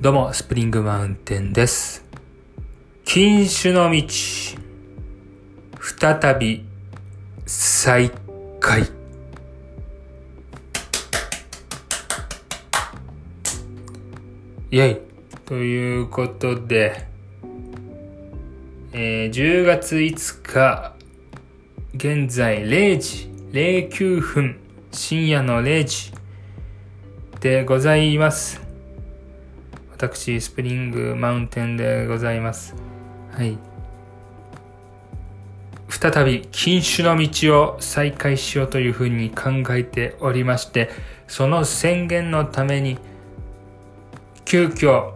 どうも、スプリングマウンテンです。禁酒の道、再び再開。イェイということで、10月5日、現在0時09分、深夜の0時でございます。私、スプリングマウンテンでございます。はい。再び禁酒の道を再開しようというふうに考えておりまして、その宣言のために、急遽、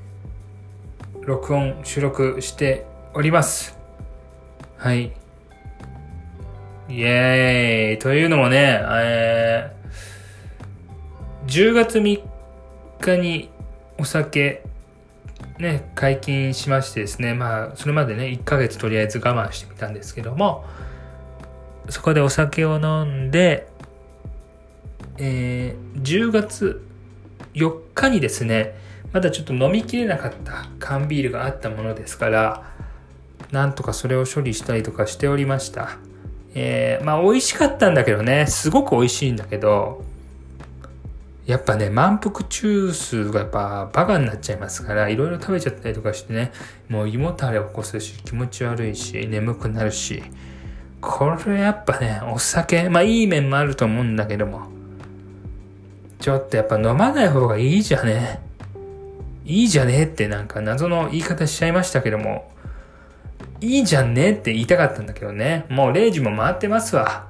収録しております。はい。イエーイというのもね、10月3日にお酒ね解禁しましてですね、それまでね1ヶ月とりあえず我慢してみたんですけども、そこでお酒を飲んで、10月4日にですね、まだちょっと飲みきれなかった缶ビールがあったものですから、なんとかそれを処理したりとかしておりました。美味しかったんだけどね、すごく美味しいんだけど、やっぱね、満腹中枢がやっぱバカになっちゃいますから、いろいろ食べちゃったりとかしてね、もう胃もたれを起こすし、気持ち悪いし、眠くなるし、これやっぱね、お酒、いい面もあると思うんだけども、ちょっとやっぱ飲まない方がいいじゃね。いいじゃねってなんか謎の言い方しちゃいましたけども、いいじゃんねって言いたかったんだけどね、もう0時も回ってますわ。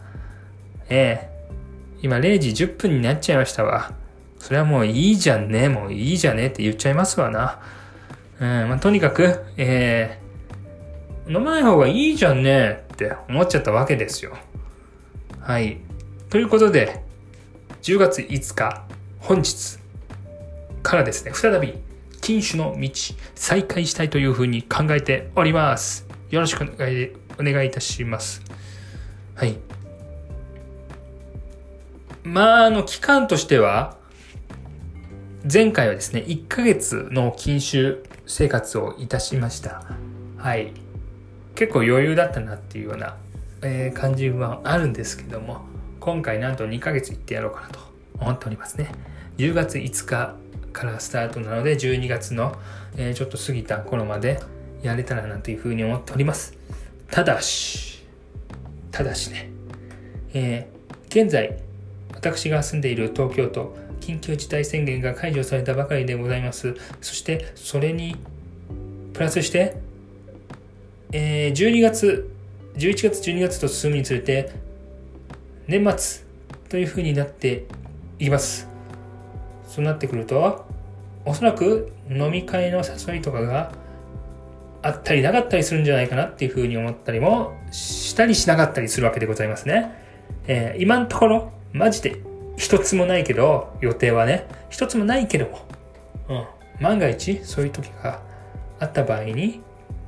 今0時10分になっちゃいましたわ。それはもういいじゃんね、もういいじゃねって言っちゃいますわな。とにかく、飲まない方がいいじゃんねって思っちゃったわけですよ。はい。ということで、10月5日、本日からですね、再び禁酒の道、再開したいというふうに考えております。よろしくお願いいたします。はい。期間としては、前回はですね、1ヶ月の禁酒生活をいたしました。はい。結構余裕だったなっていうような、感じはあるんですけども、今回なんと2ヶ月行ってやろうかなと思っておりますね。10月5日からスタートなので、12月の、ちょっと過ぎた頃までやれたらなというふうに思っております。ただしね、現在、私が住んでいる東京都、緊急事態宣言が解除されたばかりでございます。そしてそれにプラスして、11月12月と進むにつれて年末という風になっていきます。そうなってくると、おそらく飲み会の誘いとかがあったりなかったりするんじゃないかなっていう風に思ったりもしたりしなかったりするわけでございますね。今のところマジで一つもないけど、予定はね、一つもないけども、万が一そういう時があった場合に、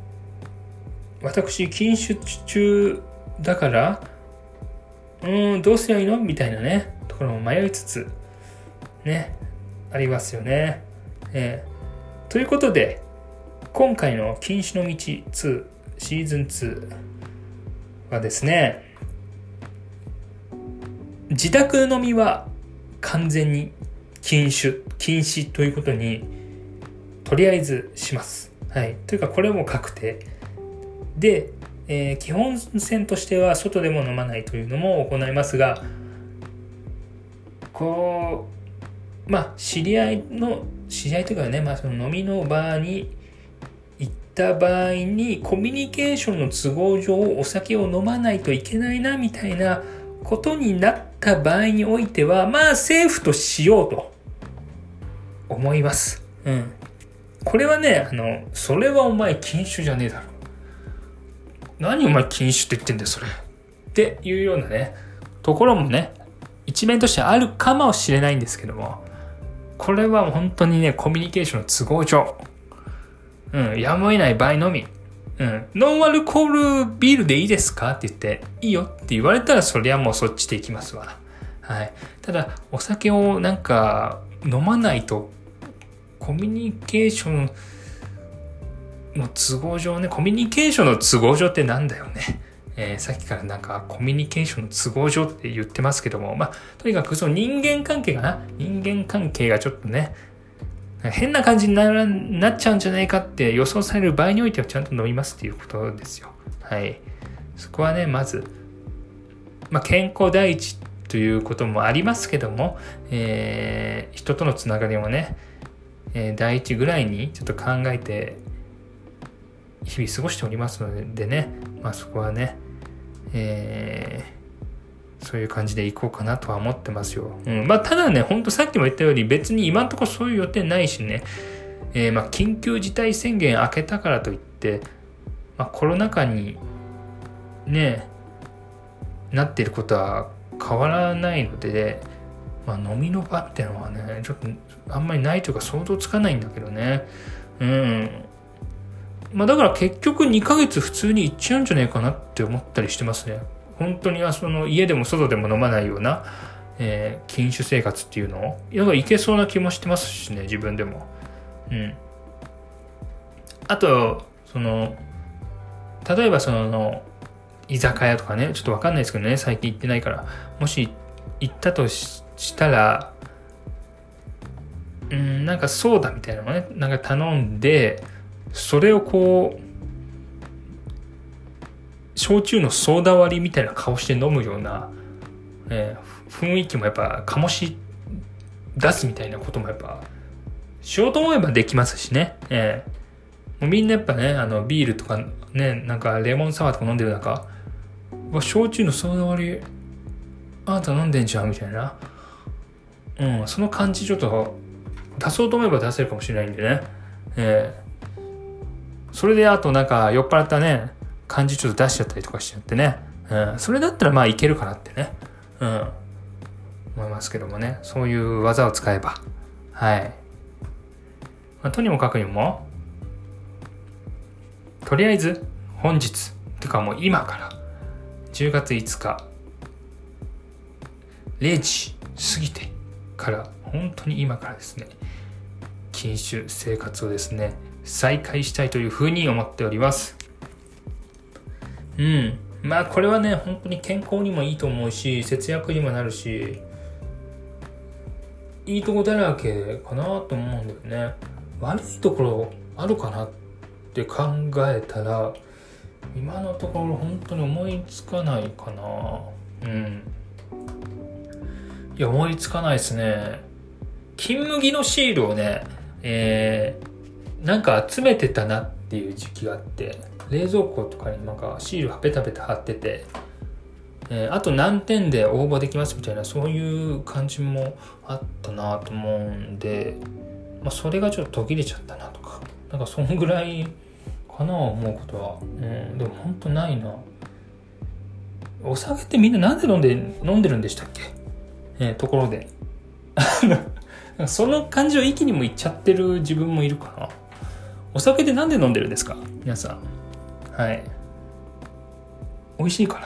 私禁酒中だからどうすりゃいいのみたいなねところも迷いつつねありますよね。ということで、今回の禁酒の道2シーズン2はですね、自宅飲みは完全に禁止ということにとりあえずします。はい。というかこれはもう確定で、基本線としては外でも飲まないというのも行いますが、知り合いというかね、その飲みの場に行った場合にコミュニケーションの都合上お酒を飲まないといけないなみたいなことになった場合においては、セーフとしようと思います。これはね、それはお前禁酒じゃねえだろ。何お前禁酒って言ってんだよ、それ。っていうようなね、ところもね、一面としてあるかもしれないんですけども、これは本当にね、コミュニケーションの都合上、やむを得ない場合のみ、ノンアルコールビールでいいですかって言って、いいよって言われたら、そりゃもうそっちでいきますわ。はい。ただ、お酒を飲まないとコミュニケーションの都合上ね、コミュニケーションの都合上ってなんだよね。さっきからなんかコミュニケーションの都合上って言ってますけども、とにかくその人間関係がちょっとね、変な感じになっちゃうんじゃないかって予想される場合においてはちゃんと飲みますっていうことですよ。はい。そこはね、まず、健康第一ということもありますけども、人とのつながりもね、第一ぐらいにちょっと考えて日々過ごしておりますのでね、そこはね、そういう感じでいこうかなとは思ってますよ。ただね、ほんとさっきも言ったように別に今のところそういう予定ないしね、緊急事態宣言明けたからといって、コロナ禍にね、なっていることは変わらないので、飲みの場っていうのはね、ちょっとあんまりないというか想像つかないんだけどね。だから結局2ヶ月普通に行っちゃうんじゃないかなって思ったりしてますね。本当にその家でも外でも飲まないような、禁酒生活っていうのをやっぱいけそうな気もしてますしね、自分でも。あと例えば居酒屋とかね、ちょっとわかんないですけどね、最近行ってないから、もし行ったとしたら、なんかソーダみたいなのをね、なんか頼んで、それを焼酎のソーダ割りみたいな顔して飲むような、雰囲気もやっぱ醸し出すみたいなこともやっぱしようと思えばできますしね。もうみんなやっぱね、ビールとかね、なんかレモンサワーとか飲んでる中、焼酎のソーダ割りあなた飲んでんじゃんみたいな、その感じちょっと出そうと思えば出せるかもしれないんでね。それであとなんか酔っ払ったね感じちょっと出しちゃったりとかしちゃってね、それだったらいけるかなってね、思いますけどもね、そういう技を使えば、はい。とにもかくにもとりあえず本日てかもう今から10月5日0時過ぎてから本当に今からですね、禁酒生活をですね再開したいというふうに思っております。これはね本当に健康にもいいと思うし、節約にもなるし、いいとこだらけかなと思うんだよね。悪いところあるかなって考えたら今のところ本当に思いつかないかな。いや思いつかないですね。金麦のシールをね、なんか集めてたなっていう時期があって、冷蔵庫とかになんかシールペタペタ貼ってて、あと何点で応募できますみたいな、そういう感じもあったなと思うんで、それがちょっと途切れちゃったなとか、なんかそんぐらいかな思うことは。でも本当ないな。お酒ってみんななんで飲んでるんでしたっけ？ところでその感じを一気にもいっちゃってる自分もいるかな。お酒でなんで飲んでるんですか皆さん。はい。美味しいから。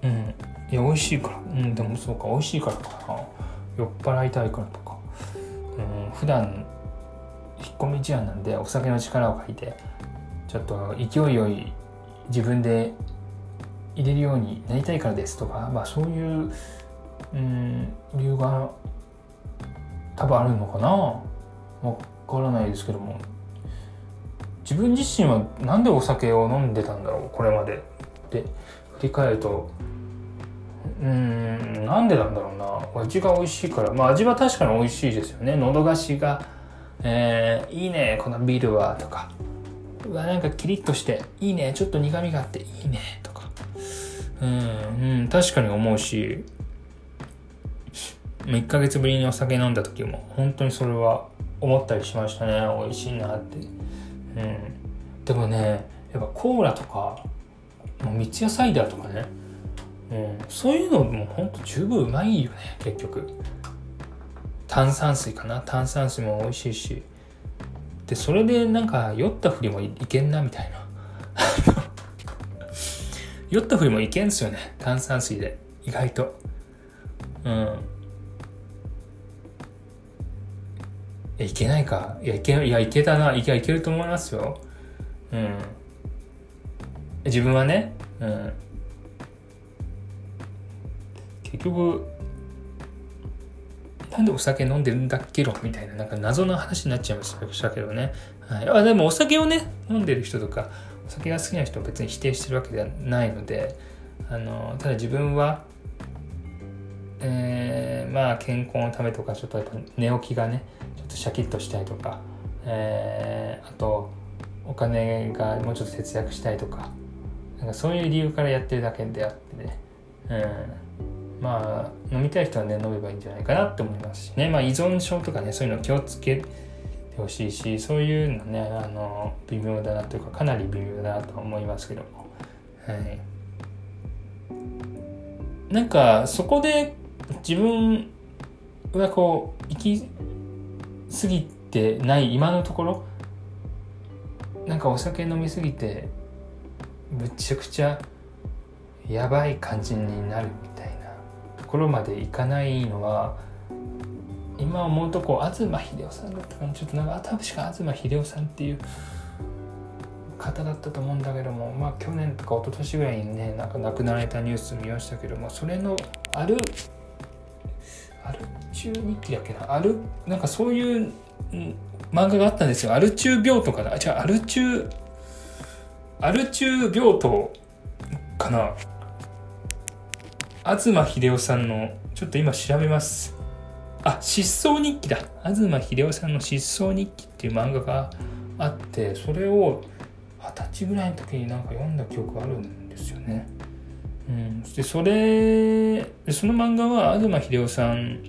いや美味しいから。でもそうか、美味しいからかな。酔っ払いたいからとか。普段引っ込み思案なんでお酒の力を借りてちょっと勢いよい自分で入れるようになりたいからですとか、そういう理由が多分あるのかな、わからないですけども、自分自身はなんでお酒を飲んでたんだろうこれまでって振り返ると、なんでなんだろうな。味が美味しいから。味は確かに美味しいですよね。喉越しが、いいねこのビールはとか、なんかキリッとしていいね、ちょっと苦味があっていいねとか、確かに思うし、1ヶ月ぶりにお酒飲んだ時も本当にそれは思ったりしましたね。美味しいなって。でもね、やっぱコーラとか三ツ矢サイダーとかね、そういうのも本当十分うまいよね結局。炭酸水かな、炭酸水も美味しいし、でそれでなんか酔ったふりもいけんなみたいな酔ったふりもいけんすよね炭酸水で意外と。いいけないか。いけたな。いけると思いますよ。うん。自分はね、うん。結局、なんでお酒飲んでるんだっけろみたいな、なんか謎の話になっちゃいましたけどね。はい。でもお酒をね、飲んでる人とか、お酒が好きな人は別に否定してるわけではないので、ただ自分は、まあ健康のためとか、ちょっとやっぱ寝起きがね、ちょっとシャキッとしたいとか、あと、お金がもうちょっと節約したいとか、なんかそういう理由からやってるだけであってね、まあ飲みたい人はね飲めばいいんじゃないかなって思いますしね、まあ依存症とかねそういうの気をつけてほしいし、そういうのね微妙だなというかかなり微妙だなと思いますけども、はい、なんかそこで自分がこう行き過ぎてない今のところ、なんかお酒飲みすぎてむちゃくちゃやばい感じになるみたいなところまでいかないのは、今思うとこう東秀夫さんだったかな、ちょっとなんか確か東秀夫さんっていう方だったと思うんだけども、まあ去年とか一昨年ぐらいにねなんか亡くなられたニュース見ましたけども、それのアル中日記だっけな、なんかそういう漫画があったんですよ。アル中病棟かな、アル中病棟かな、東秀夫さんのちょっと今調べます。失踪日記だ。東秀夫さんの失踪日記っていう漫画があって、それを20歳ぐらいの時になんか読んだ記憶があるんですよね。でその漫画は東秀夫さん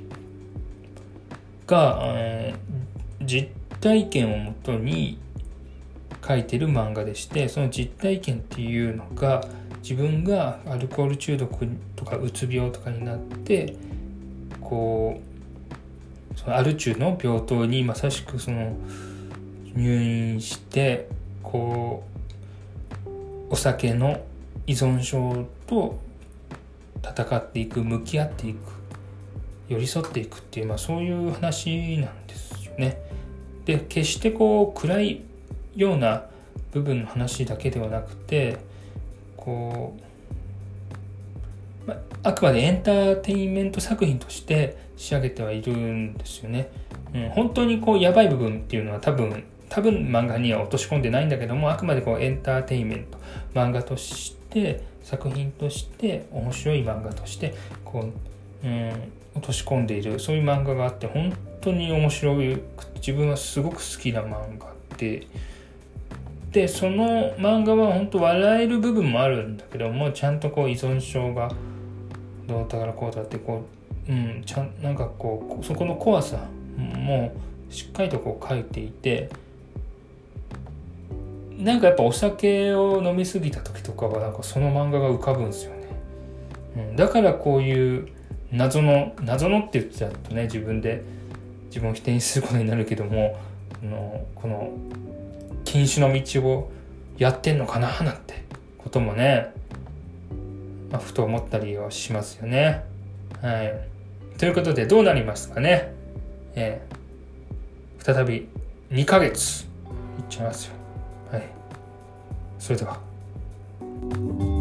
が、実体験をもとに書いてる漫画でして、その実体験っていうのが自分がアルコール中毒とかうつ病とかになってこうそのアル中の病棟にまさしくその入院してこうお酒の依存症と戦っていく、向き合っていく、寄り添っていくっていう、そういう話なんですよね。で決してこう暗いような部分の話だけではなくて、こう、あくまでエンターテインメント作品として仕上げてはいるんですよね。本当にこうやばい部分っていうのは多分漫画には落とし込んでないんだけども、あくまでこうエンターテインメント漫画として作品として面白い漫画としてこう、落とし込んでいる、そういう漫画があって本当に面白くて自分はすごく好きな漫画で、その漫画は本当笑える部分もあるんだけども、ちゃんとこう依存症がどうだからこうだってこう、なんかこうそこの怖さもしっかりとこう書いていて、なんかやっぱお酒を飲みすぎた時とかはなんかその漫画が浮かぶんですよね。だからこういう謎のって言っちゃうとね自分を否定することになるけども、この禁酒の道をやってんのかななんてこともね、ふと思ったりはしますよね。はい。ということでどうなりますかね。再び2ヶ月いっちゃいますよ。はい。それでは。